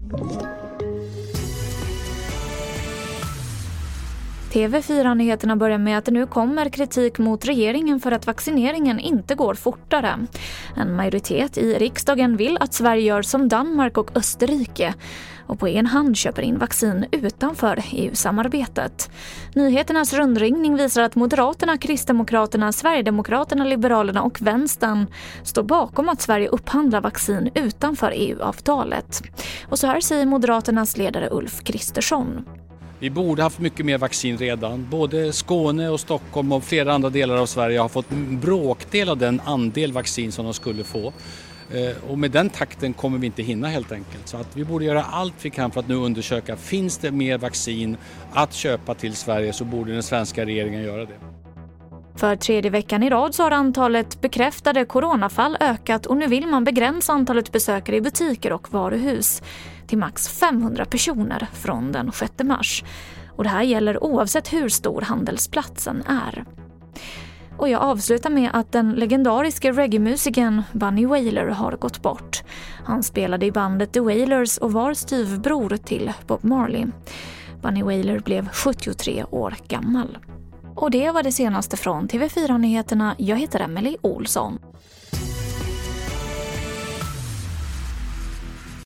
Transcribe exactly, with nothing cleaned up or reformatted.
T V fyra-nyheterna börjar med att det nu kommer kritik mot regeringen för att vaccineringen inte går fortare. En majoritet i riksdagen vill att Sverige gör som Danmark och Österrike och på en hand köper in vaccin utanför E U-samarbetet. Nyheternas rundringning visar att Moderaterna, Kristdemokraterna, Sverigedemokraterna, Liberalerna och Vänstern står bakom att Sverige upphandlar vaccin utanför E U-avtalet. Och så här säger Moderaternas ledare Ulf Kristersson. Vi borde ha haft mycket mer vaccin redan. Både Skåne och Stockholm och flera andra delar av Sverige har fått en bråkdel av den andel vaccin som de skulle få. Och med den takten kommer vi inte hinna helt enkelt. Så att vi borde göra allt vi kan för att nu undersöka, finns det mer vaccin att köpa till Sverige, så borde den svenska regeringen göra det. För tredje veckan i rad så har antalet bekräftade coronafall ökat och nu vill man begränsa antalet besökare i butiker och varuhus till max femhundra personer från den sjätte mars. Och det här gäller oavsett hur stor handelsplatsen är. Och jag avslutar med att den legendariska reggae-musikern Bunny Wailer har gått bort. Han spelade i bandet The Wailers och var styvbror till Bob Marley. Bunny Wailer blev sjuttiotre år gammal. Och det var det senaste från T V fyra-nyheterna. Jag heter Emily Olsson.